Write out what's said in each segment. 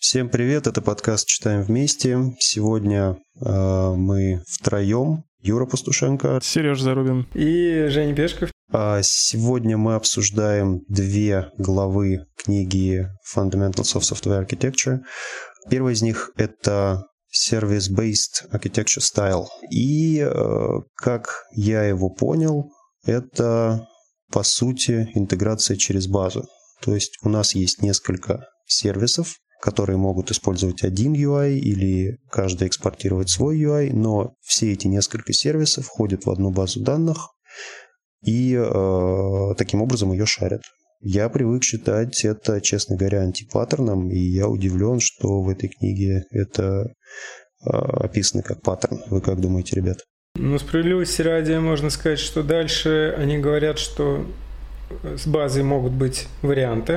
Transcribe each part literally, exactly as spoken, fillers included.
Всем привет, это подкаст «Читаем вместе». Сегодня э, мы втроем. Юра Пастушенко, Сережа Зарубин и Женя Пешков. А сегодня мы обсуждаем две главы книги Fundamentals of Software Architecture. Первая из них — это Service-Based Architecture Style. И, э, как я его понял, это, по сути, интеграция через базу. То есть у нас есть несколько сервисов, которые могут использовать один ю ай или каждый экспортировать свой ю ай, но все эти несколько сервисов входят в одну базу данных и э, таким образом ее шарят. Я привык считать это, честно говоря, антипаттерном, и я удивлен, что в этой книге это э, описано как паттерн. Вы как думаете, ребят? Ну, справедливости ради можно сказать, что дальше они говорят, что с базой могут быть варианты.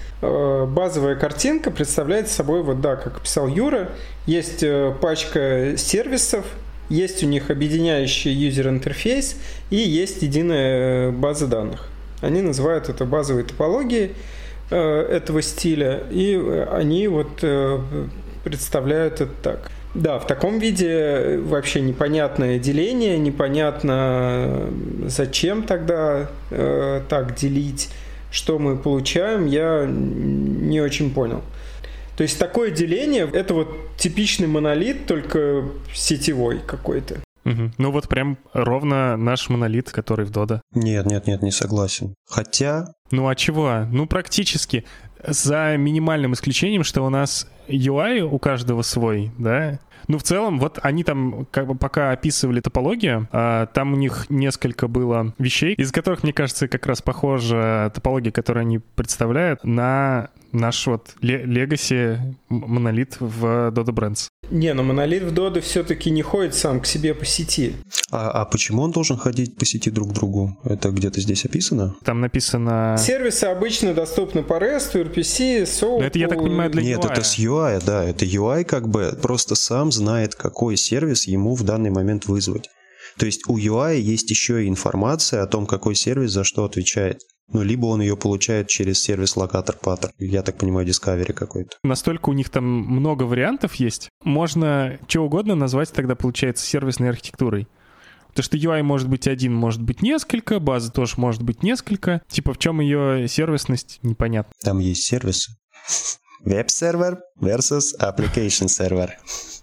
Базовая картинка представляет собой, вот да, как описал Юра, есть пачка сервисов, есть у них объединяющий юзер-интерфейс и есть единая база данных. Они называют это базовой топологией этого стиля, и они вот представляют это так. Да, в таком виде вообще непонятное деление, непонятно, зачем тогда э, так делить, что мы получаем, я не очень понял. То есть такое деление – это вот типичный монолит, только сетевой какой-то. Угу. Ну вот прям ровно наш монолит, который в Dodo. Нет, нет, нет, не согласен. Хотя… Ну а чего? Ну практически. За минимальным исключением, что у нас ю ай у каждого свой, да? Ну, в целом, вот они там, как бы, пока описывали топологию, а, там у них несколько было вещей, из которых, мне кажется, как раз похожа топология, которую они представляют, на наш вот Legacy монолит в Dodo Brands. Не, но монолит в Dodo все-таки не ходит сам к себе по сети. А, а почему он должен ходить по сети друг к другу? Это где-то здесь описано? Там написано… Сервисы обычно доступны по REST, эр пи си, соуп. Да это, я так понимаю, для Нет, ю ай. это с ю ай, да. Это ю ай как бы просто сам знает, какой сервис ему в данный момент вызвать. То есть у ю ай есть еще и информация о том, какой сервис за что отвечает. Ну, либо он ее получает через сервис-локатор Pattern. Я так понимаю, Discovery какой-то. Настолько у них там много вариантов есть. Можно что угодно назвать тогда, получается, сервисной архитектурой. Потому что ю ай может быть один, может быть несколько, база тоже может быть несколько. Типа в чем ее сервисность, непонятно. Там есть сервисы. Веб-сервер versus application сервер.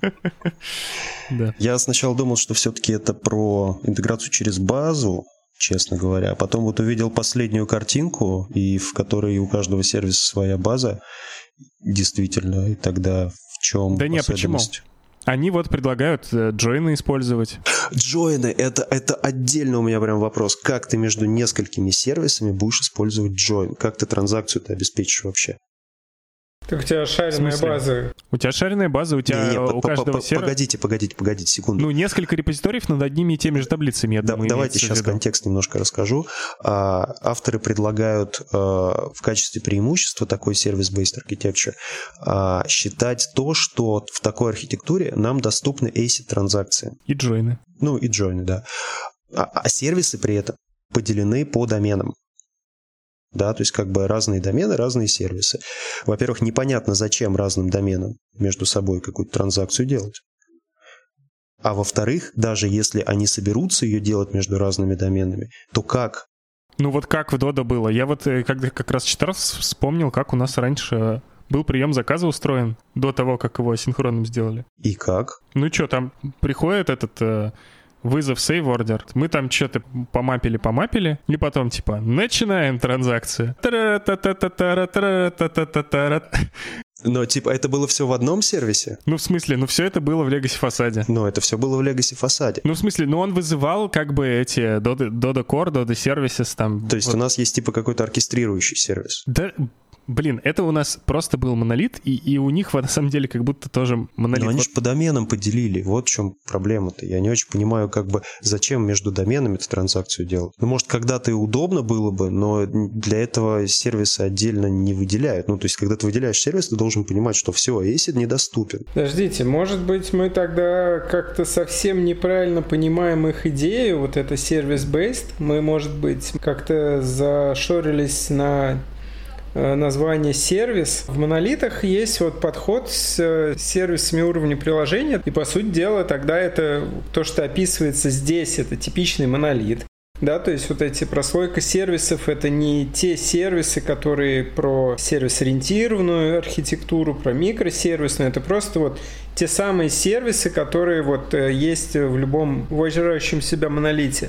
Да. Я сначала думал, что все-таки это про интеграцию через базу, честно говоря. А потом вот увидел последнюю картинку, и в которой у каждого сервиса своя база. Действительно, и тогда в чем да нет, почему? Они вот предлагают джойны использовать. Джойны, это, это отдельно у меня прям вопрос. Как ты между несколькими сервисами будешь использовать джойн? Как ты транзакцию-то обеспечишь вообще? Так у тебя шаренная база. У тебя шаренная база, у тебя не, не, у каждого сервера... Погодите, погодите, погодите, секунду. Ну, несколько репозиториев над одними и теми же таблицами, я да, думаю. Давайте сейчас контекст немножко расскажу. А, авторы предлагают а, в качестве преимущества такой Service-Based Architecture а, считать то, что в такой архитектуре нам доступны эй си ай-транзакции. И джойны. Ну, и джойны, да. А, а сервисы при этом поделены по доменам. Да, то есть как бы разные домены, разные сервисы. Во-первых, непонятно, зачем разным доменам между собой какую-то транзакцию делать. А во-вторых, даже если они соберутся ее делать между разными доменами, то как? Ну вот как в Dodo было. Я вот когда как раз читал, вспомнил, как у нас раньше был прием заказа устроен до того, как его асинхронным сделали. И как? Ну что, там приходит этот... вызов save order. Мы там что-то помапили-помапили, и потом типа начинаем транзакцию. Но типа это было все в одном сервисе? Ну в смысле, ну все это было в Legacy фасаде. Но это все было в Legacy фасаде. Ну в смысле, ну он вызывал как бы эти Dodo, Dodo Core, Dodo Services там. То есть вот. У нас есть типа какой-то оркестрирующий сервис? Да... Блин, это у нас просто был монолит, и, и у них на самом деле как будто тоже монолит. Но они вот... же по доменам поделили, вот в чем проблема-то. Я не очень понимаю, как бы, зачем между доменами эту транзакцию делать. Ну, может, когда-то и удобно было бы, но для этого сервисы отдельно не выделяют. Ну, то есть, когда ты выделяешь сервис, ты должен понимать, что все, эй си ай недоступен. Подождите, может быть, мы тогда как-то совсем неправильно понимаем их идею, вот это сервис-based. Мы, может быть, как-то зашорились на название сервис. В монолитах есть вот подход с сервисами уровня приложения, и по сути дела тогда это то, что описывается здесь, это типичный монолит. Да, то есть вот эти прослойка сервисов — это не те сервисы, которые про сервис-ориентированную архитектуру, про микросервисную, это просто вот те самые сервисы, которые вот есть в любом уважающем себя монолите.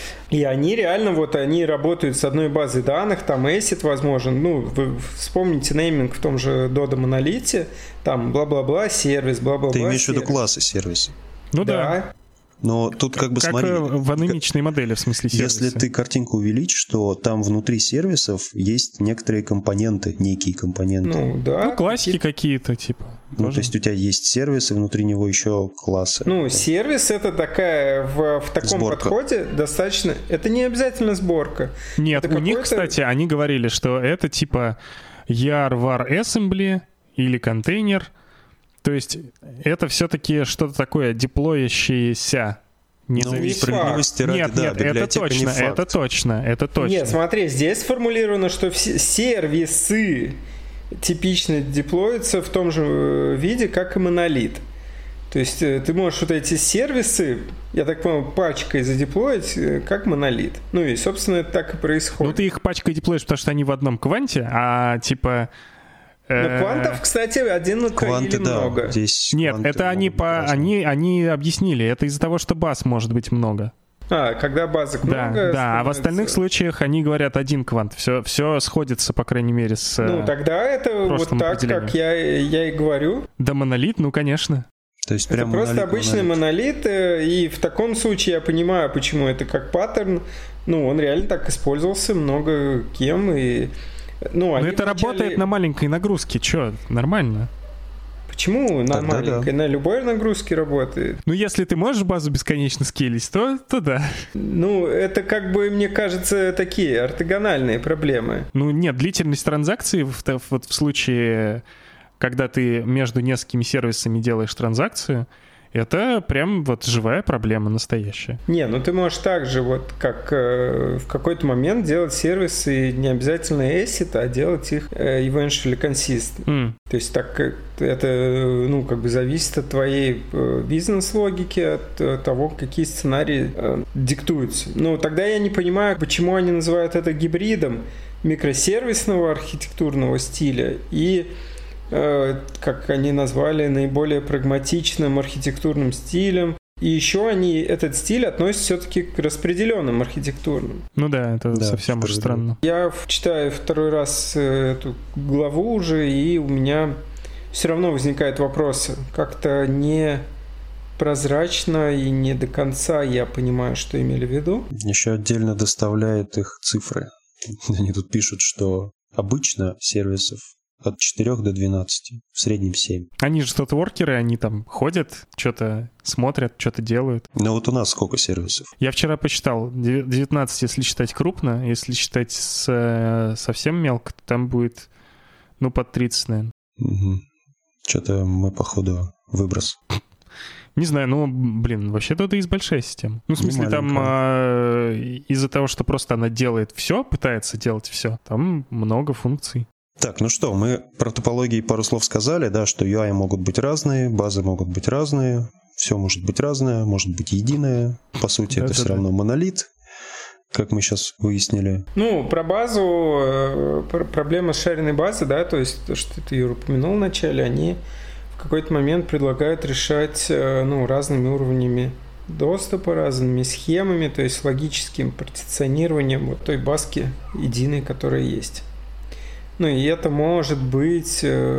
И они реально вот, они работают с одной базой данных, там ACID возможен, ну, вы вспомните нейминг в том же Dodo монолите, там бла-бла-бла, сервис, бла-бла-бла. Ты имеешь сервис. в виду классы сервиса? Ну да. да. Но тут как бы как смотри... в анонимичной модели, в смысле сервиса. Если ты картинку увеличишь, то там внутри сервисов есть некоторые компоненты, некие компоненты. Ну, да. Ну, классики какие-то, типа. Ну, тоже. то есть у тебя есть сервисы, внутри него еще классы. Ну, сервис — это такая, в, в таком Сборка. подходе достаточно... Это не обязательно сборка. Нет, это у них, кстати, они говорили, что это типа yar var assembly или контейнер. То есть это все-таки что-то такое деплоящееся. Не Ну, справедливости ради, нет, да, нет, это точно, не факт. это точно, это точно. Нет, смотри, здесь сформулировано, что все сервисы типично деплоятся в том же виде, как и монолит. То есть ты можешь вот эти сервисы, я так понял, пачкой задеплоить, как монолит. Ну и, собственно, это так и происходит. Ну ты их пачкой деплоишь, потому что они в одном кванте, а типа... Ну, квантов, кстати, один кванты, или да, много. Здесь Нет, это они, по, они, они объяснили. Это из-за того, что баз может быть много. А, когда базок да, много... Да, а в остальных случаях они говорят один квант. Все, все сходится, по крайней мере, с Ну, тогда это вот так, как я, я и говорю. Да, монолит, ну, конечно. То есть это прям просто монолит, обычный монолит. монолит, и в таком случае я понимаю, почему это как паттерн. Ну, он реально так использовался много кем, и... Ну, Но это вначале... работает на маленькой нагрузке, чё, нормально. Почему на Тогда маленькой? Да. На любой нагрузке работает. Ну, если ты можешь базу бесконечно скейлить, то, то да. Ну, это как бы, мне кажется, такие ортогональные проблемы. Ну, нет, длительность транзакции в, вот в случае, когда ты между несколькими сервисами делаешь транзакцию, это прям вот живая проблема настоящая. Не, ну ты можешь также вот как э, в какой-то момент делать сервисы не обязательно ACID, а делать их э, eventually consistent. Mm. То есть так это, ну, как бы зависит от твоей э, бизнес-логики, от э, того, какие сценарии э, диктуются. Ну, тогда я не понимаю, почему они называют это гибридом микросервисного архитектурного стиля и как они назвали, наиболее прагматичным архитектурным стилем. И еще они этот стиль относят все-таки к распределенным архитектурным. Ну да, это да, совсем уж странно. Я читаю второй раз эту главу уже, и у меня все равно возникают вопросы. Как-то не прозрачно и не до конца я понимаю, что имели в виду. Еще отдельно доставляет их цифры. Они тут пишут, что обычно сервисов от четырёх до двенадцати, в среднем семь. Они же статворкеры, они там ходят, что-то смотрят, что-то делают. Ну вот у нас сколько сервисов? Я вчера посчитал, девятнадцать, если считать крупно, если считать с, совсем мелко, то там будет, ну, под тридцать, наверное. Угу. Что-то мы, походу, выброс. Не знаю, ну, блин, вообще-то это из большая система. Ну, в смысле, там а, из-за того, что просто она делает все, пытается делать все, там много функций. Так, ну что, мы про топологии пару слов сказали, да, что ю ай могут быть разные, базы могут быть разные, все может быть разное, может быть единое. По сути, да, это да, все да. равно монолит, как мы сейчас выяснили. Ну, про базу, проблема с шаренной базой, да, то есть то, что ты, Юра, упомянул в начале, они в какой-то момент предлагают решать, ну, разными уровнями доступа, разными схемами, то есть логическим партиционированием вот той базки единой, которая есть. Ну и это, может быть,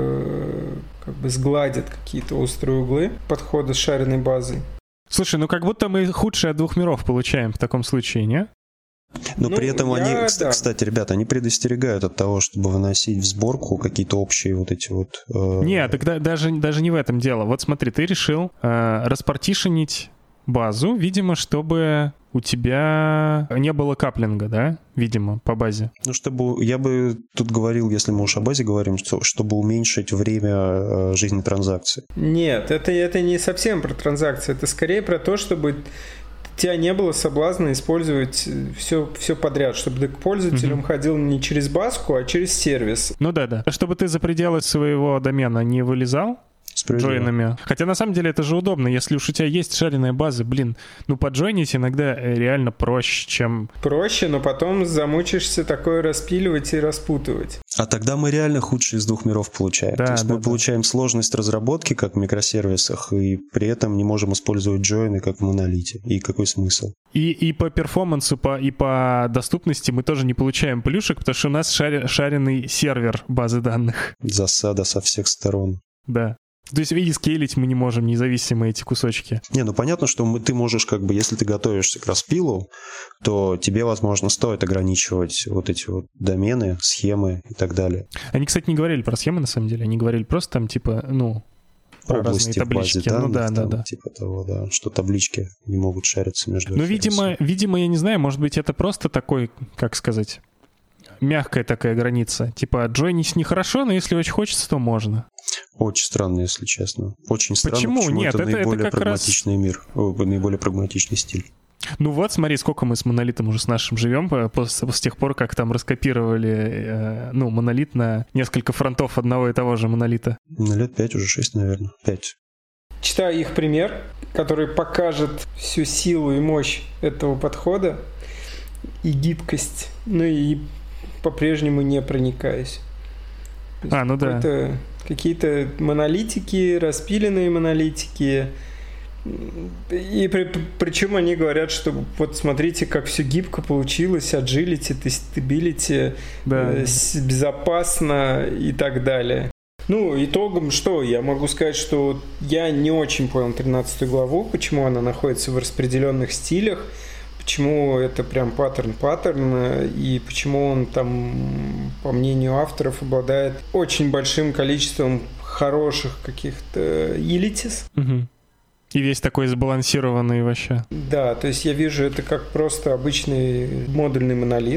э, как бы сгладит какие-то острые углы подхода с шаренной базой. Слушай, ну как будто мы худшие от двух миров получаем в таком случае, не? Но ну, при этом я, они, да. кстати, ребята, они предостерегают от того, чтобы выносить в сборку какие-то общие вот эти вот... Э... Нет, тогда даже, даже не в этом дело. Вот смотри, ты решил э, распартишенить базу, видимо, чтобы у тебя не было каплинга, да? Видимо, по базе. Ну, чтобы... Я бы тут говорил, если мы уж о базе говорим, что, чтобы уменьшить время э, жизни транзакции. Нет, это, это не совсем про транзакции. Это скорее про то, чтобы у тебя не было соблазна использовать все, все подряд, чтобы ты к пользователям mm-hmm. ходил не через баску, а через сервис. Ну да-да. Чтобы ты за пределы своего домена не вылезал джойнами. Хотя на самом деле это же удобно. Если уж у тебя есть шаренная база, блин, ну поджойнить иногда реально проще, чем... Проще, но потом замучишься такое распиливать и распутывать. А тогда мы реально худшие из двух миров получаем. Да, То есть да, мы да. получаем сложность разработки, как в микросервисах, и при этом не можем использовать джойны, как в монолите. И какой смысл? И, и по перформансу, по, и по доступности мы тоже не получаем плюшек, потому что у нас шар, шаренный сервер базы данных. Засада со всех сторон. Да. То есть и скейлить мы не можем, независимо эти кусочки. Не, ну понятно, что мы, ты можешь, как бы, если ты готовишься к распилу, то тебе, возможно, стоит ограничивать вот эти вот домены, схемы и так далее. Они, кстати, не говорили про схемы, на самом деле. Они говорили просто там, типа, ну, про области разные таблички. В базе данных, ну да, там, да, да. Типа того, да, что таблички не могут шариться между Ну, видимо, видимо, я не знаю, может быть, это просто такой, как сказать, мягкая такая граница. Типа, джойнить нехорошо, но если очень хочется, то можно. Очень странно, если честно. Очень странно, почему, почему Нет, это, это наиболее это как прагматичный раз... мир, о, наиболее прагматичный стиль. Ну вот, смотри, сколько мы с монолитом уже с нашим живем, после, с тех пор, как там раскопировали, э, ну, монолит на несколько фронтов одного и того же монолита. На лет пять, уже шесть, наверное. Пять. Читаю их пример, который покажет всю силу и мощь этого подхода и гибкость, ну и по-прежнему не проникаюсь. А, ну да. Какие-то монолитики, распиленные монолитики. И при, причем они говорят, что вот смотрите, как все гибко получилось, agility, testability, да. э, безопасно и так далее. Ну, итогом что? Я могу сказать, что я не очень понял тринадцатую главу, почему она находится в распределенных стилях, почему это прям паттерн-паттерн, и почему он там, по мнению авторов, обладает очень большим количеством хороших каких-то utilities. Угу. И весь такой сбалансированный вообще. Да, то есть я вижу это как просто обычный модульный монолит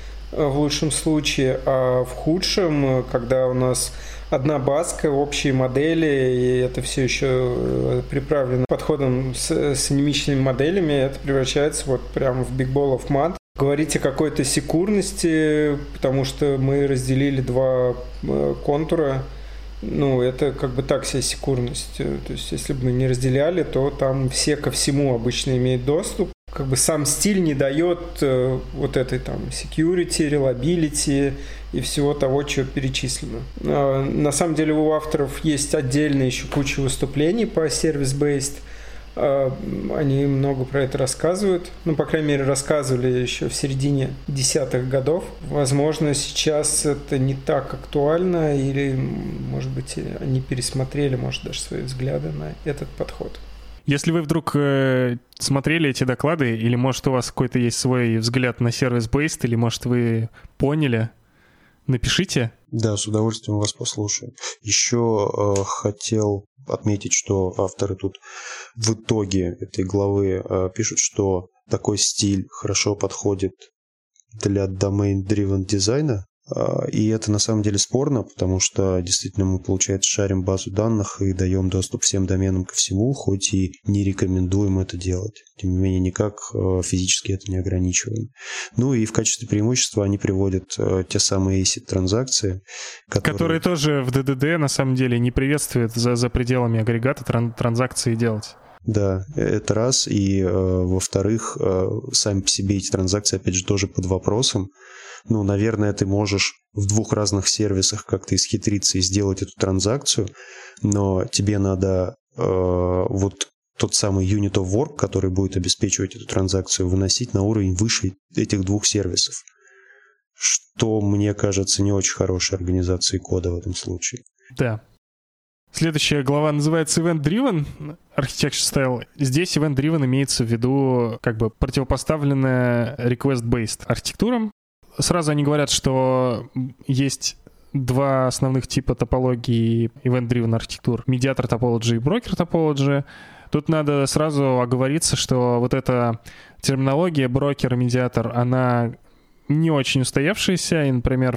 в лучшем случае, а в худшем, когда у нас одна базка, общие модели, и это все еще приправлено подходом с, с анемичными моделями, это превращается вот прямо в big ball of mud. Говорить о какой-то секурности, потому что мы разделили два контура, ну, это как бы так себе секурность. То есть, если бы мы не разделяли, то там все ко всему обычно имеют доступ. Как бы сам стиль не дает э, вот этой там security, reliability и всего того, что перечислено. Э, на самом деле у авторов есть отдельно еще куча выступлений по service-based. Э, они много про это рассказывают. Ну, по крайней мере, рассказывали еще в середине десятых годов. Возможно, сейчас это не так актуально, или, может быть, они пересмотрели, может, даже свои взгляды на этот подход. Если вы вдруг э, смотрели эти доклады, или, может, у вас какой-то есть свой взгляд на сервис-based, или, может, вы поняли, напишите. Да, с удовольствием вас послушаю. Еще э, хотел отметить, что авторы тут в итоге этой главы э, пишут, что такой стиль хорошо подходит для domain-driven дизайна. И это на самом деле спорно, потому что действительно мы, получается, шарим базу данных и даем доступ всем доменам ко всему, хоть и не рекомендуем это делать. Тем не менее, никак физически это не ограничиваем. Ну и в качестве преимущества они приводят те самые эйсид-транзакции, которые... которые тоже в ди ди ди на самом деле не приветствуют за, за пределами агрегата тран- транзакции делать. Да, это раз. И э, во-вторых, э, сами по себе эти транзакции, опять же, тоже под вопросом. Ну, наверное, ты можешь в двух разных сервисах как-то исхитриться и сделать эту транзакцию, но тебе надо э, вот тот самый unit of work, который будет обеспечивать эту транзакцию, выносить на уровень выше этих двух сервисов. Что, мне кажется, не очень хорошей организацией кода в этом случае. Да. Следующая глава называется Event Driven Architecture Style. Здесь Event Driven имеется в виду как бы противопоставленная Request-Based архитектурам. Сразу они говорят, что есть два основных типа топологии Event-Driven архитектур. Mediator Topology и Broker Topology. Тут надо сразу оговориться, что вот эта терминология брокер и медиатор, она не очень устоявшаяся. И, например,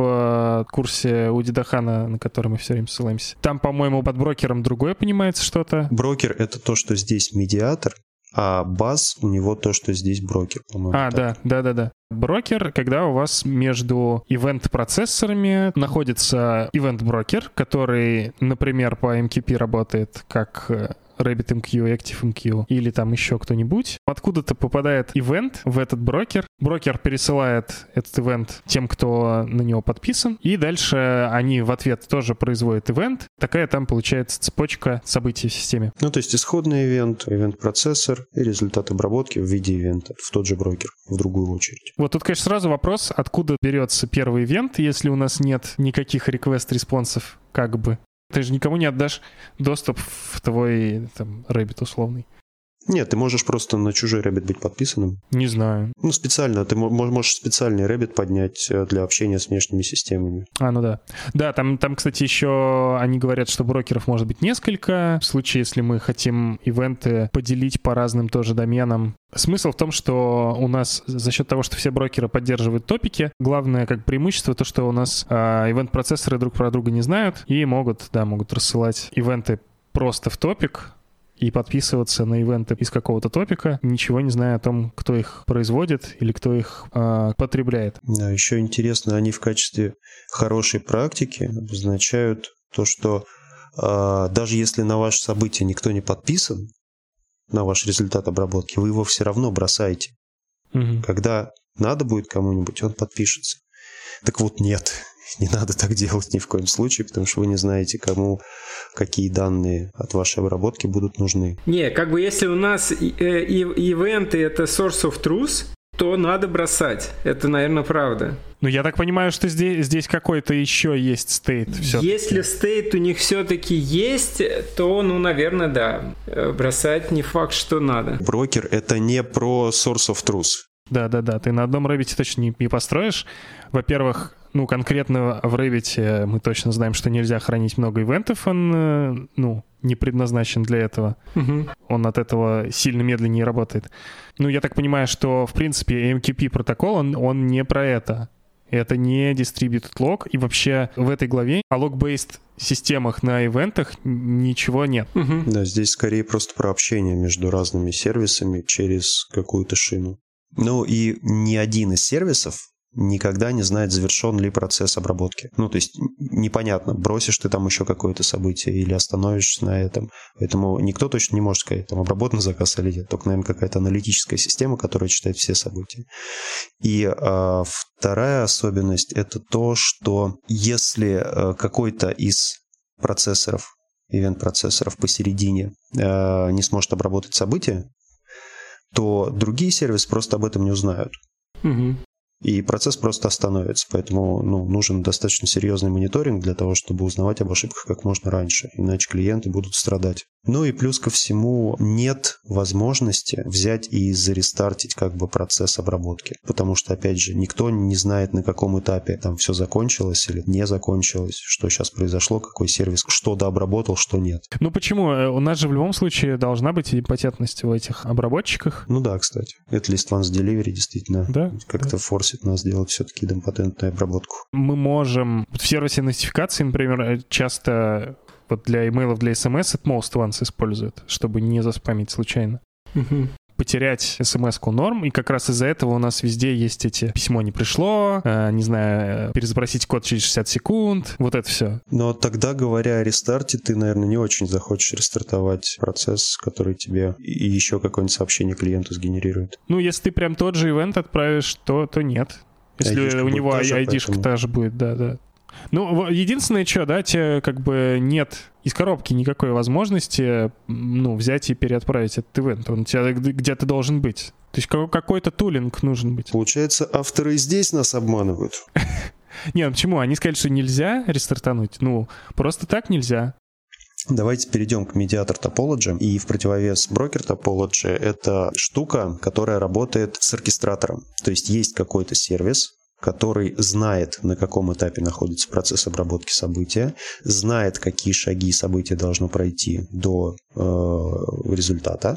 в курсе у Дидахана, на который мы все время ссылаемся, там, по-моему, под брокером другое понимается что-то. Брокер — это то, что здесь медиатор, а баз у него то, что здесь брокер, по-моему. А, да, да, да, да. Брокер, когда у вас между ивент-процессорами находится ивент-брокер, который, например, по эм кью пи работает как RabbitMQ, ActiveMQ или там еще кто-нибудь. Откуда-то попадает ивент в этот брокер. Брокер пересылает этот ивент тем, кто на него подписан. И дальше они в ответ тоже производят ивент. Такая там получается цепочка событий в системе. Ну, то есть исходный ивент, ивент-процессор и результат обработки в виде ивента в тот же брокер, в другую очередь. Вот тут, конечно, сразу вопрос, откуда берется первый ивент, если у нас нет никаких request-респонсов, как бы. Ты же никому не отдашь доступ в твой там Rabbit условный. Нет, ты можешь просто на чужой Rabbit быть подписанным. Не знаю. Ну, специально. Ты можешь специальный Rabbit поднять для общения с внешними системами. А, ну да. Да, там, там, кстати, еще они говорят, что брокеров может быть несколько. В случае, если мы хотим ивенты поделить по разным тоже доменам. Смысл в том, что у нас за счет того, что все брокеры поддерживают топики, главное как преимущество то, что у нас э, ивент-процессоры друг про друга не знают и могут, да, могут рассылать ивенты просто в топик и подписываться на ивенты из какого-то топика, ничего не зная о том, кто их производит или кто их э, потребляет. Да, еще интересно, они в качестве хорошей практики обозначают то, что э, даже если на ваше событие никто не подписан, на ваш результат обработки, вы его все равно бросаете. Угу. Когда надо будет кому-нибудь, он подпишется. Так вот, нет, не надо так делать ни в коем случае, потому что вы не знаете, кому какие данные от вашей обработки будут нужны. Не, как бы если у нас э, э, ивенты это source of truth, то надо бросать. Это, наверное, правда. Ну, я так понимаю, что здесь, здесь какой-то еще есть стейт. Если стейт у них все-таки есть, то, ну, наверное, да. Бросать не факт, что надо. Брокер — это не про source of truth. Да-да-да, ты на одном Rabbit точно не, не построишь. Во-первых, ну, конкретно в Rabbit мы точно знаем, что нельзя хранить много ивентов, он, ну, не предназначен для этого. Угу. Он от этого сильно медленнее работает. Ну, я так понимаю, что, в принципе, эм кью пи протокол, он, он не про это. Это не distributed log, и вообще в этой главе о log-based системах на ивентах ничего нет. Угу. Да, здесь скорее просто про общение между разными сервисами через какую-то шину. Ну и ни один из сервисов никогда не знает, завершен ли процесс обработки. Ну, то есть непонятно, бросишь ты там еще какое-то событие или остановишься на этом. Поэтому никто точно не может сказать, там обработан заказ или нет. Только, наверное, какая-то аналитическая система, которая читает все события. И а, вторая особенность — это то, что если а, какой-то из процессоров, ивент-процессоров посередине а, не сможет обработать события, то другие сервисы просто об этом не узнают. Угу. И процесс просто остановится. Поэтому ну, нужен достаточно серьезный мониторинг для того, чтобы узнавать об ошибках как можно раньше. Иначе клиенты будут страдать. Ну и плюс ко всему нет возможности взять и зарестартить как бы процесс обработки. Потому что, опять же, никто не знает, на каком этапе там все закончилось или не закончилось, что сейчас произошло, какой сервис что дообработал, что нет. Ну почему? У нас же в любом случае должна быть идемпотентность в этих обработчиках. Ну да, кстати. Это list once delivery действительно да, как-то да. форсит нас делать все-таки идемпотентную обработку. Мы можем в сервисе нотификации, например, часто вот для имейлов, для смс это most once используют, чтобы не заспамить случайно. Угу. Потерять смс-ку норм, и как раз из-за этого у нас везде есть эти «письмо не пришло», э, не знаю, перезапросить код через шестьдесят секунд, вот это все. Но тогда, говоря о рестарте, ты, наверное, не очень захочешь рестартовать процесс, который тебе и еще какое-нибудь сообщение клиенту сгенерирует. Ну, если ты прям тот же ивент отправишь, то, то нет. Если айдишка у него та же, айдишка поэтому... та же будет, да-да. Ну, единственное, что, да, тебе как бы нет из коробки никакой возможности, ну, взять и переотправить этот ивент. Он у тебя где-то должен быть. То есть какой-то тулинг нужен быть. Получается, авторы здесь нас обманывают. Не, ну почему? Они сказали, что нельзя рестартануть. Ну, просто так нельзя. Давайте перейдем к медиатор Topology. И в противовес брокер Topology — это штука, которая работает с оркестратором. То есть есть какой-то сервис, который знает, на каком этапе находится процесс обработки события, знает, какие шаги событие должно пройти до э, результата,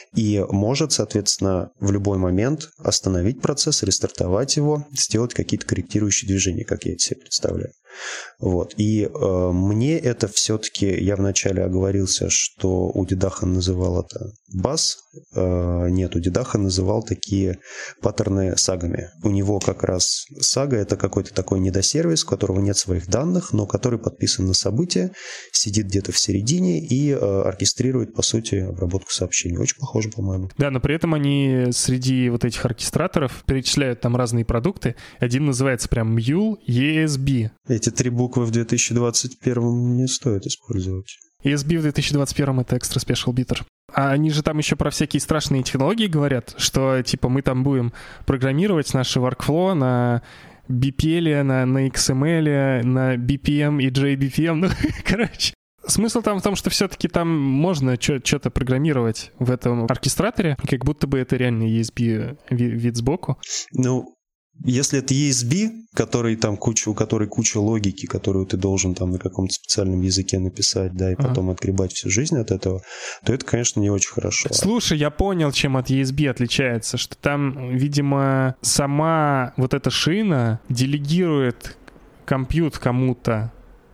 и может, соответственно, в любой момент остановить процесс, рестартовать его, сделать какие-то корректирующие движения, как я это себе представляю. Вот. И э, мне это все-таки, я вначале оговорился, что у Дидаха называл это бас, э, нет, у Дидаха называл такие паттерны сагами. У него как раз сага — это какой-то такой недосервис, у которого нет своих данных, но который подписан на события, сидит где-то в середине и э, оркестрирует, по сути, обработку сообщений. Очень похоже, по-моему. Да, но при этом они среди вот этих оркестраторов перечисляют там разные продукты. Один называется прям Mule и и эс би. Эти три буквы в две тысячи двадцать первом не стоит использовать. и эс би в две тысячи двадцать первом — это Extra Special Bitter. А они же там еще про всякие страшные технологии говорят, что типа мы там будем программировать наши workflow на би пи эл, на, на икс эм эл, на би пи эм и джей би пи эм. Ну, короче. Смысл там в том, что все-таки там можно что-то программировать в этом оркестраторе, как будто бы это реально и эс би вид сбоку. Ну, если это и эс би, который там куча, у которой куча логики, которую ты должен там на каком-то специальном языке написать, да, и ага. потом отгребать всю жизнь от этого, то это, конечно, не очень хорошо. Слушай, я понял, чем от и эс би отличается, что там, видимо, сама вот эта шина делегирует компьют кому-то.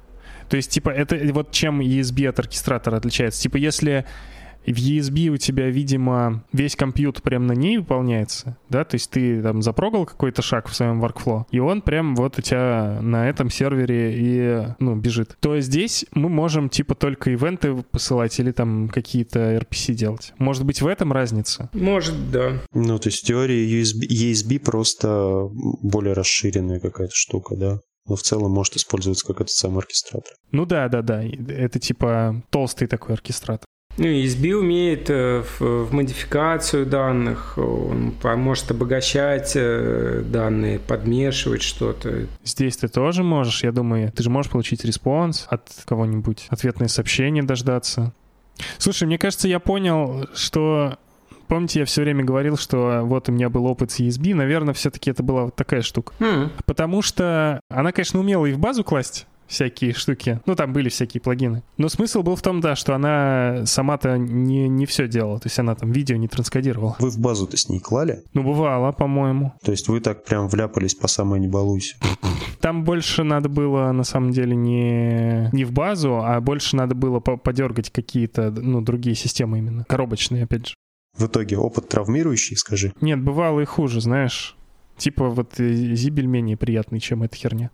То есть, типа, это вот чем и эс би от оркестратора отличается. Типа, если в и эс би у тебя, видимо, весь компьютер прям на ней выполняется, да, то есть ты там запрогал какой-то шаг в своем workflow, и он прям вот у тебя на этом сервере и, ну, бежит. То здесь мы можем, типа, только ивенты посылать или там какие-то эр пи си делать. Может быть, в этом разница? Может, да. Ну, то есть в теории ю эс би, и эс би просто более расширенная какая-то штука, да? Но в целом может использоваться как этот самый оркестратор. Ну да, да, да. Это типа толстый такой оркестратор. Ну, и эс би умеет в, в модификацию данных, он может обогащать данные, подмешивать что-то. Здесь ты тоже можешь, я думаю, ты же можешь получить респонс от кого-нибудь, ответное сообщение дождаться. Слушай, мне кажется, я понял, что... Помните, я все время говорил, что вот у меня был опыт с и эс би, наверное, все-таки это была вот такая штука. Mm. Потому что она, конечно, умела и в базу класть всякие штуки. Ну, там были всякие плагины. Но смысл был в том, да, что она сама-то не, не все делала. То есть она там видео не транскодировала. Вы в базу-то с ней клали? Ну, бывало, по-моему. То есть вы так прям вляпались по самой не балуйся? Там больше надо было, на самом деле, не, не в базу, а больше надо было подергать какие-то, ну, другие системы именно. Коробочные, опять же. В итоге опыт травмирующий, скажи? Нет, бывало и хуже, знаешь. Типа вот Зибель менее приятный, чем эта херня.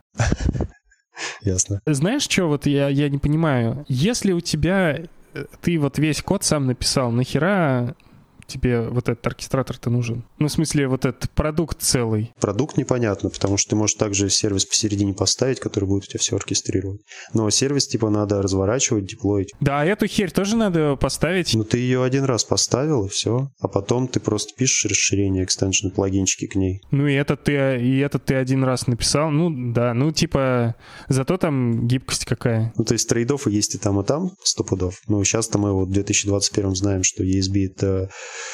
Ясно. Знаешь, что вот я, я не понимаю? Если у тебя... Ты вот весь код сам написал, нахера тебе вот этот оркестратор-то нужен? Ну, в смысле, вот этот продукт целый. Продукт непонятно, потому что ты можешь также сервис посередине поставить, который будет у тебя все оркестрировать. Но сервис, типа, надо разворачивать, деплоить. Да, эту херь тоже надо поставить. Ну, ты ее один раз поставил, и все. А потом ты просто пишешь расширение, экстеншн, плагинчики к ней. Ну, и этот ты, и этот ты один раз написал. Ну, да, ну, типа, зато там гибкость какая. Ну, то есть трейд-оффы есть и там, и там, сто пудов. Но сейчас-то мы вот в две тысячи двадцать первом знаем, что и эс би это...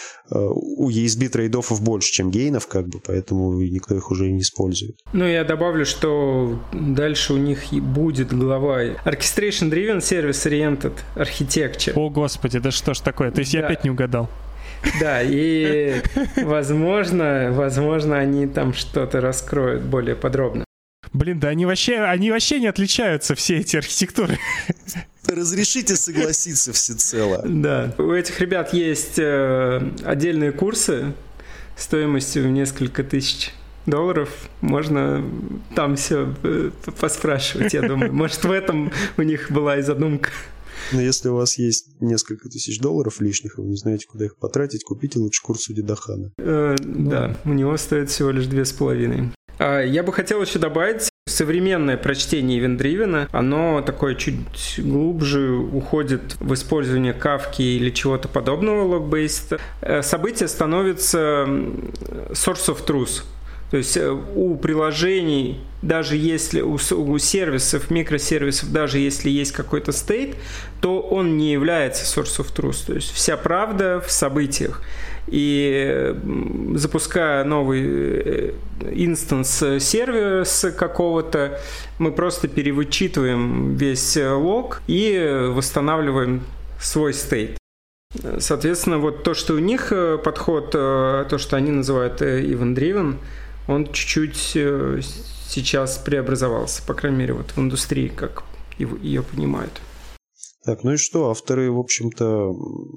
У и эс би трейд-оффов больше, чем гейнов, как бы, поэтому никто их уже не использует. Ну, я добавлю, что дальше у них будет глава Orchestration Driven Service Oriented Architecture. О, господи, да что ж такое? То есть да. Я опять не угадал. Да, и возможно, возможно, они там что-то раскроют более подробно. Блин, да они вообще, они вообще не отличаются, все эти архитектуры. Разрешите согласиться всецело. Да, у этих ребят есть э, отдельные курсы стоимостью в несколько тысяч долларов. Можно там все э, поспрашивать, я думаю. Может, в этом у них была и задумка. Но если у вас есть несколько тысяч долларов лишних, и вы не знаете, куда их потратить, купите лучше курс у Дидахана. Э, да, у него стоит всего лишь две с половиной. Я бы хотел еще добавить, современное прочтение Event-Driven, оно такое чуть глубже уходит в использование Kafka или чего-то подобного log-based. Событие становится source of truth. То есть у приложений, даже если у, у сервисов, микросервисов, даже если есть какой-то стейт, то он не является source of truth. То есть вся правда в событиях. И запуская новый инстанс сервиса какого-то, мы просто перевычитываем весь лог и восстанавливаем свой стейт. Соответственно, вот то, что у них подход, то, что они называют event-driven, он чуть-чуть сейчас преобразовался, по крайней мере, вот в индустрии, как ее понимают. Так, ну и что? Авторы, в общем-то,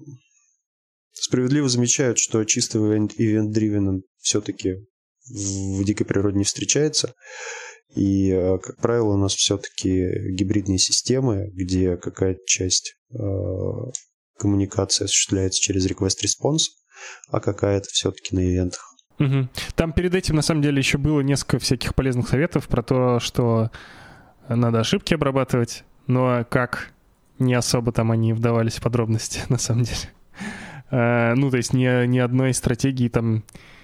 справедливо замечают, что чисто event-driven все-таки в дикой природе не встречается. И, как правило, у нас все-таки гибридные системы, где какая-то часть э, коммуникации осуществляется через request-response, а какая-то все-таки на ивентах. Угу. Там перед этим, на самом деле, еще было несколько всяких полезных советов про то, что надо ошибки обрабатывать, но как не особо там они вдавались в подробности, на самом деле. Uh, ну, то есть ни, ни одной стратегии там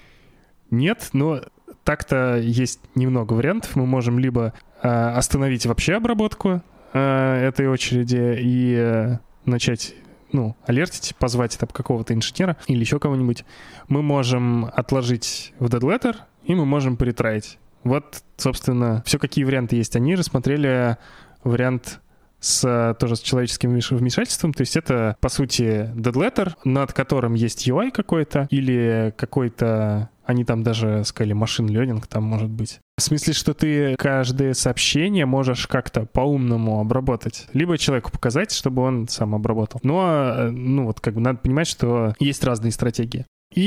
нет, но так-то есть немного вариантов. Мы можем либо uh, остановить вообще обработку uh, этой очереди и uh, начать, ну, алертить, позвать там какого-то инженера или еще кого-нибудь. Мы можем отложить в dead letter, и мы можем поретраить. Вот, собственно, все, какие варианты есть. Они рассмотрели вариант с, тоже с человеческим вмешательством. То есть это, по сути, dead letter, над которым есть ю ай какой-то или какой-то, они там даже сказали, machine learning там может быть. В смысле, что ты каждое сообщение можешь как-то по-умному обработать. Либо человеку показать, чтобы он сам обработал. Но, ну вот, как бы надо понимать, что есть разные стратегии. И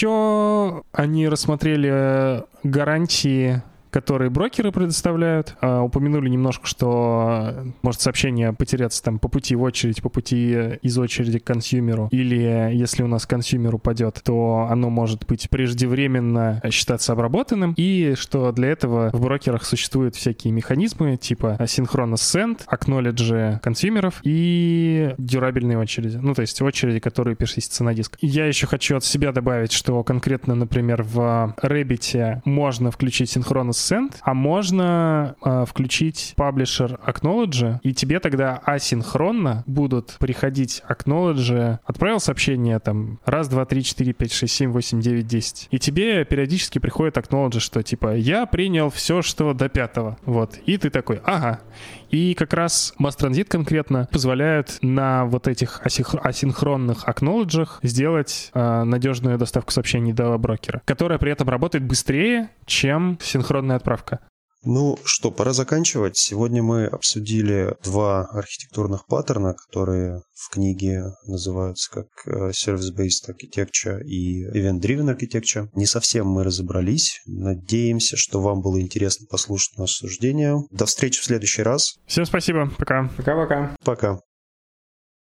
еще они рассмотрели гарантии, которые брокеры предоставляют. А, упомянули немножко, что может сообщение потеряться там по пути в очередь, по пути из очереди к консюмеру. Или если у нас консюмер упадет, то оно может быть преждевременно считаться обработанным. И что для этого в брокерах существуют всякие механизмы типа asynchronous send, acknowledge консюмеров и дюрабельные очереди. Ну, то есть очереди, которые персистятся на диск. Я еще хочу от себя добавить, что конкретно, например, в Rabbit можно включить synchronous send, а можно э, включить publisher acknowledge, и тебе тогда асинхронно будут приходить acknowledge, отправил сообщение там раз, два, три, четыре, пять, шесть, семь, восемь, девять, десять, и тебе периодически приходит acknowledge, что типа я принял все, что до пятого, вот, и ты такой, ага. И как раз Mass Transit конкретно позволяют на вот этих асинхронных acknowledge сделать э, надежную доставку сообщений до брокера, которая при этом работает быстрее, чем синхронная отправка. Ну что, пора заканчивать. Сегодня мы обсудили два архитектурных паттерна, которые в книге называются как Service-Based Architecture и Event-Driven Architecture. Не совсем мы разобрались. Надеемся, что вам было интересно послушать наше обсуждение. До встречи в следующий раз. Всем спасибо. Пока. Пока-пока. Пока.